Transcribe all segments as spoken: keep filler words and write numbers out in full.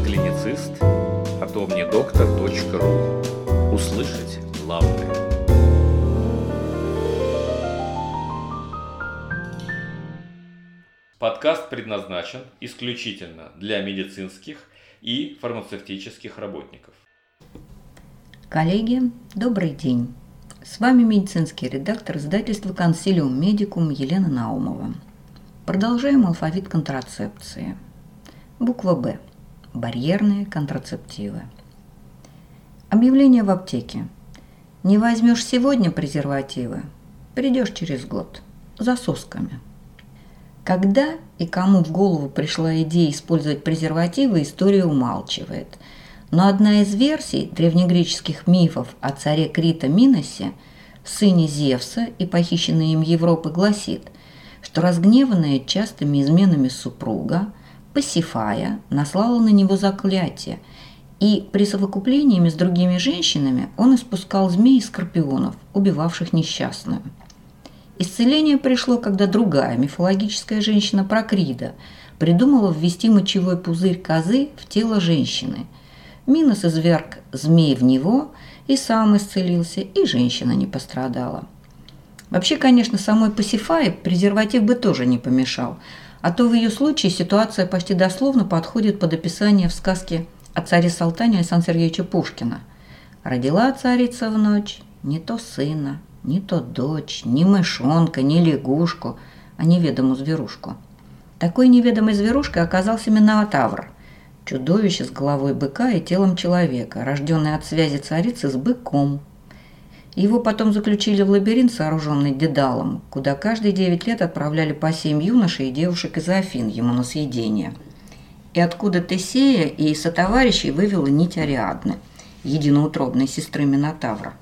клиницист, а то мне доктор точка ру. Услышать главное. Подкаст предназначен исключительно для медицинских и фармацевтических работников. Коллеги, добрый день. С вами медицинский редактор издательства «Консилиум Медикум» Елена Наумова. Продолжаем алфавит контрацепции. Буква «Б». Барьерные контрацептивы. Объявление в аптеке. Не возьмешь сегодня презервативы, придешь через год за сосками. Когда и кому в голову пришла идея использовать презервативы, история умалчивает. Но одна из версий древнегреческих мифов о царе Крита Миносе, сыне Зевса и похищенной им Европы, гласит, что разгневанная частыми изменами супруга Пасифая наслала на него заклятие, и при совокуплении с другими женщинами он испускал змей и скорпионов, убивавших несчастную. Исцеление пришло, когда другая мифологическая женщина Прокрида придумала ввести мочевой пузырь козы в тело женщины. Минос изверг змей в него и сам исцелился, и женщина не пострадала. Вообще, конечно, самой Пасифае презерватив бы тоже не помешал, а то в ее случае ситуация почти дословно подходит под описание в сказке о царе Салтане Александра Сергеевича Пушкина. Родила царица в ночь не то сына, не то дочь, ни мышонка, ни лягушку, а неведомую зверушку. Такой неведомой зверушкой оказался Минотавр, чудовище с головой быка и телом человека, рожденное от связи царицы с быком. Его потом заключили в лабиринт, сооруженный Дедалом, куда каждые девять лет отправляли по семь юношей и девушек из Афин ему на съедение. И откуда Тесея и сотоварищей вывела нить Ариадны, единоутробной сестры Минотавра.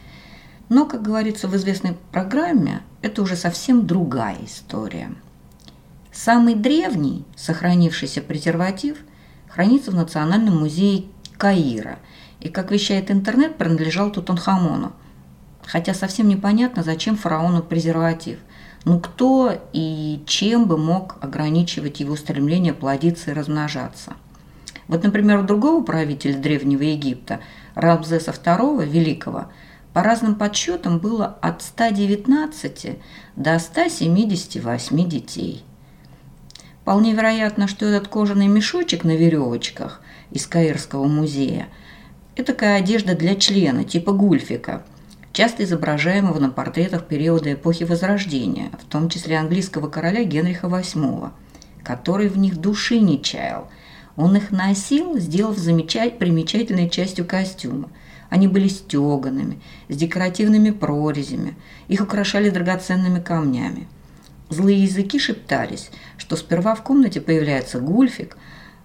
Но, как говорится в известной программе, это уже совсем другая история. Самый древний сохранившийся презерватив хранится в Национальном музее Каира и, как вещает интернет, принадлежал Тутанхамону. Хотя совсем непонятно, зачем фараону презерватив. Ну кто и чем бы мог ограничивать его стремление плодиться и размножаться? Вот, например, у другого правителя Древнего Египта, Рамзеса второго Великого, по разным подсчетам было от ста девятнадцати до ста семидесяти восьми детей. Вполне вероятно, что этот кожаный мешочек на веревочках из Каирского музея – это такая одежда для члена, типа гульфика, часто изображаемого на портретах периода эпохи Возрождения, в том числе английского короля Генриха восьмого, который в них души не чаял. Он их носил, сделав замечать, примечательной частью костюма. Они были стеганными, с декоративными прорезями, их украшали драгоценными камнями. Злые языки шептались, что сперва в комнате появляется гульфик,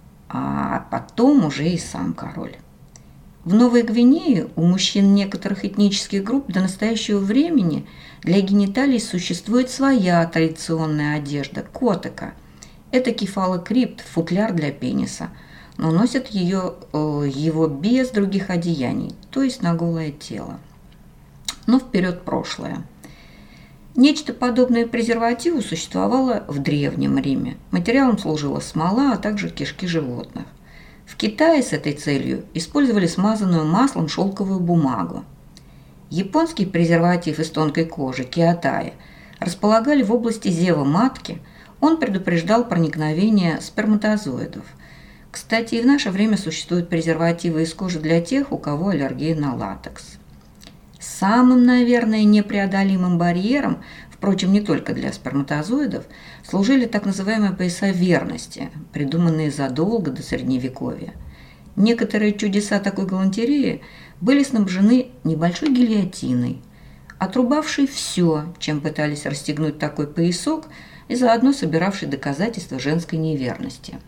а потом уже и сам король. В Новой Гвинее у мужчин некоторых этнических групп до настоящего времени для гениталий существует своя традиционная одежда – котека. Это кефалокрипт, футляр для пениса, но носят ее, его без других одеяний, то есть на голое тело. Но вперед прошлое. Нечто подобное презервативу существовало в Древнем Риме. Материалом служила смола, а также кишки животных. В Китае с этой целью использовали смазанную маслом шелковую бумагу. Японский презерватив из тонкой кожи киотаи располагали в области зева матки, он предупреждал проникновение сперматозоидов. Кстати, и в наше время существуют презервативы из кожи для тех, у кого аллергия на латекс. Самым, наверное, непреодолимым барьером, впрочем, не только для сперматозоидов, служили так называемые пояса верности, придуманные задолго до Средневековья. Некоторые чудеса такой галантереи были снабжены небольшой гильотиной, отрубавшей все, чем пытались расстегнуть такой поясок, и заодно собиравшей доказательства женской неверности.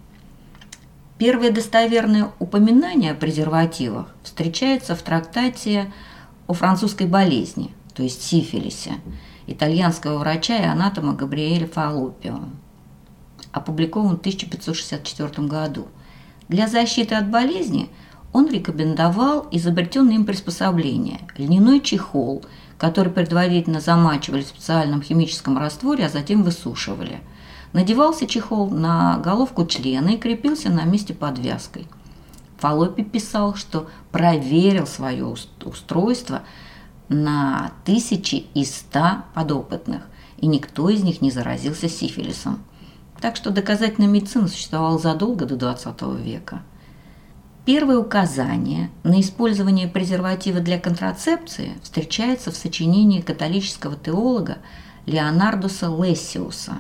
Первое достоверное упоминание о презервативах встречается в трактате о французской болезни, то есть сифилисе, итальянского врача и анатома Габриэля Фаллопио, опубликован в тысяча пятьсот шестьдесят четвёртом году. Для защиты от болезни он рекомендовал изобретенное им приспособление – льняной чехол, который предварительно замачивали в специальном химическом растворе, а затем высушивали. Надевался чехол на головку члена и крепился на месте подвязкой. Фаллопий писал, что проверил свое устройство на тысячи и ста подопытных, и никто из них не заразился сифилисом. Так что доказательная медицина существовала задолго до двадцатого века. Первое указание на использование презерватива для контрацепции встречается в сочинении католического теолога Леонардуса Лессиуса,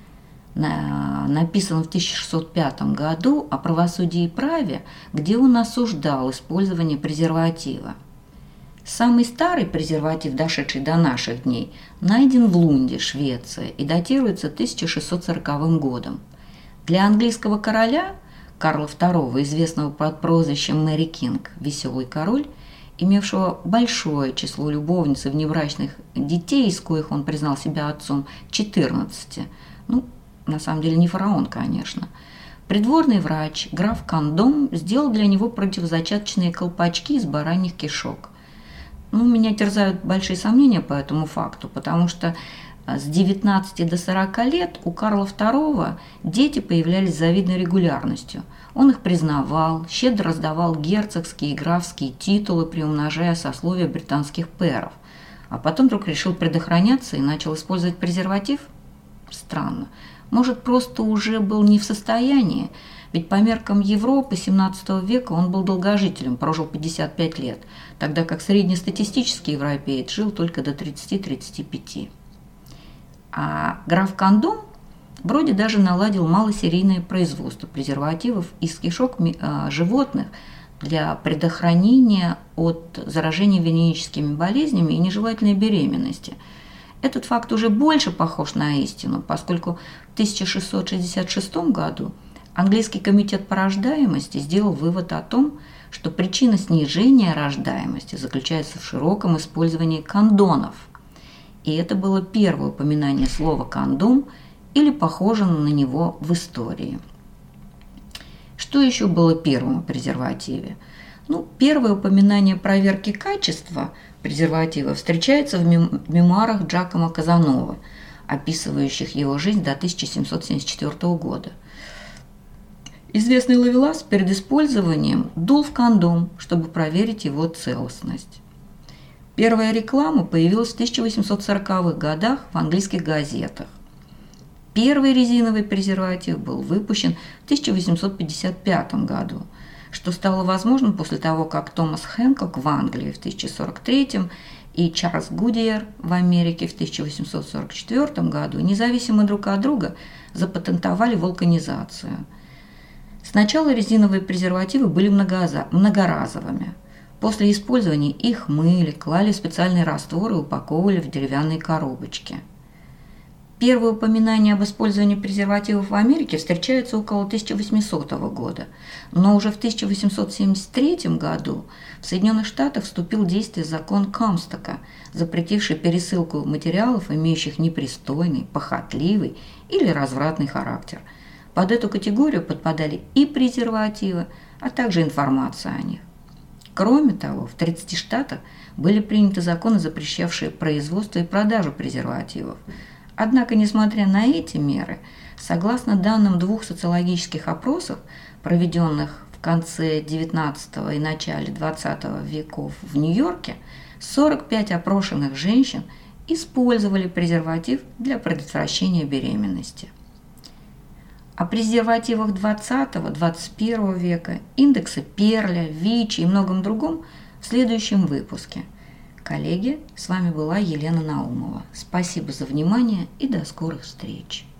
написанном в тысяча шестьсот пятом году о правосудии и праве, где он осуждал использование презерватива. Самый старый презерватив, дошедший до наших дней, найден в Лунде, Швеция, и датируется тысяча шестьсот сороковым годом. Для английского короля Карла второго, известного под прозвищем Мэри Кинг, «Веселый король», имевшего большое число любовниц и внебрачных детей, из коих он признал себя отцом четырнадцати, ну, на самом деле не фараон, конечно, придворный врач граф Кондом сделал для него противозачаточные колпачки из бараньих кишок. Ну, меня терзают большие сомнения по этому факту, потому что с девятнадцати до сорока лет у Карла второго дети появлялись с завидной регулярностью. Он их признавал, щедро раздавал герцогские и графские титулы, приумножая сословие британских пэров. А потом вдруг решил предохраняться и начал использовать презерватив? Странно. Может, просто уже был не в состоянии? Ведь по меркам Европы семнадцатого века он был долгожителем, прожил пятьдесят пять лет, тогда как среднестатистический европеец жил только до тридцати-тридцати пяти. А граф Кондом вроде даже наладил малосерийное производство презервативов из кишок животных для предохранения от заражения венерическими болезнями и нежелательной беременности. Этот факт уже больше похож на истину, поскольку в тысяча шестьсот шестьдесят шестом году английский комитет по рождаемости сделал вывод о том, что причина снижения рождаемости заключается в широком использовании кондонов. И это было первое упоминание слова «кондом» или похоже на него в истории. Что еще было первым о презервативе? Ну, первое упоминание проверки качества презерватива встречается в мемуарах Джакомо Казанова, описывающих его жизнь до тысяча семьсот семьдесят четвёртого года. Известный Ловелас перед использованием дул в кондом, чтобы проверить его целостность. Первая реклама появилась в тысяча восемьсот сороковых годах в английских газетах. Первый резиновый презерватив был выпущен в тысяча восемьсот пятьдесят пятом году, что стало возможным после того, как Томас Хэнкок в Англии в тысяча сорок третьем и Чарльз Гудьер в Америке в тысяча восемьсот сорок четвёртом году независимо друг от друга запатентовали вулканизацию. Сначала резиновые презервативы были многоразовыми. После использования их мыли, клали в специальные растворы и упаковывали в деревянные коробочки. Первое упоминание об использовании презервативов в Америке встречается около тысяча восьмисотого года, но уже в тысяча восемьсот семьдесят третьем году в Соединенных Штатах вступил в действие закон Камстока, запретивший пересылку материалов, имеющих непристойный, похотливый или развратный характер. Под эту категорию подпадали и презервативы, а также информация о них. Кроме того, в тридцати штатах были приняты законы, запрещавшие производство и продажу презервативов. Однако, несмотря на эти меры, согласно данным двух социологических опросов, проведенных в конце девятнадцатого и начале двадцатого веков в Нью-Йорке, сорок пять опрошенных женщин использовали презерватив для предотвращения беременности. О презервативах двадцатого-двадцать первого века, индексе Перля, ВИЧ и многом другом в следующем выпуске. Коллеги, с вами была Елена Наумова. Спасибо за внимание и до скорых встреч.